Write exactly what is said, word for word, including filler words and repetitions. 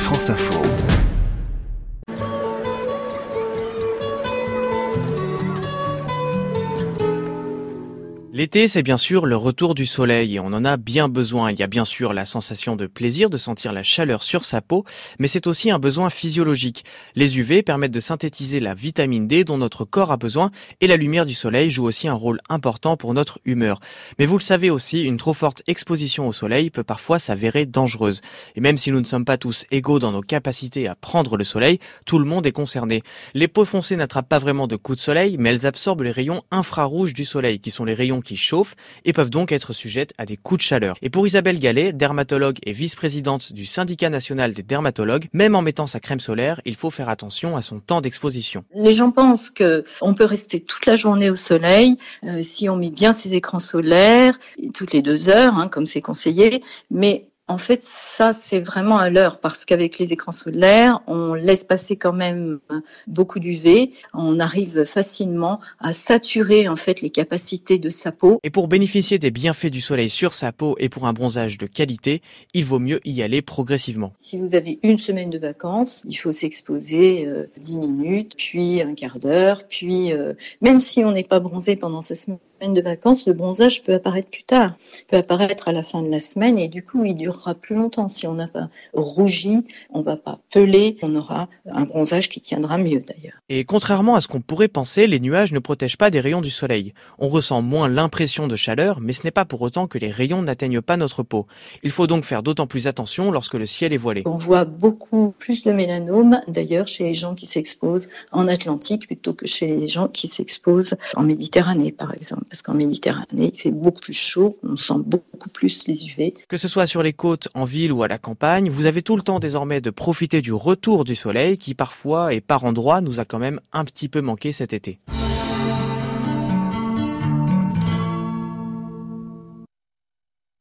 France Info. L'été, c'est bien sûr le retour du soleil et on en a bien besoin. Il y a bien sûr la sensation de plaisir de sentir la chaleur sur sa peau, mais c'est aussi un besoin physiologique. Les U V permettent de synthétiser la vitamine D dont notre corps a besoin et la lumière du soleil joue aussi un rôle important pour notre humeur. Mais vous le savez aussi, une trop forte exposition au soleil peut parfois s'avérer dangereuse. Et même si nous ne sommes pas tous égaux dans nos capacités à prendre le soleil, tout le monde est concerné. Les peaux foncées n'attrapent pas vraiment de coups de soleil, mais elles absorbent les rayons infrarouges du soleil, qui sont les rayons qui chauffent et peuvent donc être sujettes à des coups de chaleur. Et pour Isabelle Gallet, dermatologue et vice-présidente du syndicat national des dermatologues, même en mettant sa crème solaire, il faut faire attention à son temps d'exposition. Les gens pensent que on peut rester toute la journée au soleil euh, si on met bien ses écrans solaires toutes les deux heures, hein, comme c'est conseillé, mais en fait, ça, c'est vraiment à l'heure parce qu'avec les écrans solaires, on laisse passer quand même beaucoup d'U V. On arrive facilement à saturer, en fait, les capacités de sa peau. Et pour bénéficier des bienfaits du soleil sur sa peau et pour un bronzage de qualité, il vaut mieux y aller progressivement. Si vous avez une semaine de vacances, il faut s'exposer euh, dix minutes, puis un quart d'heure, puis euh, même si on n'est pas bronzé pendant sa semaine de vacances, le bronzage peut apparaître plus tard, peut apparaître à la fin de la semaine et du coup, il dure plus longtemps. Si on n'a pas rougi, on va pas peler, on aura un bronzage qui tiendra mieux d'ailleurs. Et contrairement à ce qu'on pourrait penser, les nuages ne protègent pas des rayons du soleil. On ressent moins l'impression de chaleur, mais ce n'est pas pour autant que les rayons n'atteignent pas notre peau. Il faut donc faire d'autant plus attention lorsque le ciel est voilé. On voit beaucoup plus de mélanome d'ailleurs chez les gens qui s'exposent en Atlantique plutôt que chez les gens qui s'exposent en Méditerranée par exemple. Parce qu'en Méditerranée, il fait beaucoup plus chaud, on sent beaucoup plus les U V. Que ce soit sur les côtes, en ville ou à la campagne, vous avez tout le temps désormais de profiter du retour du soleil qui parfois et par endroits nous a quand même un petit peu manqué cet été.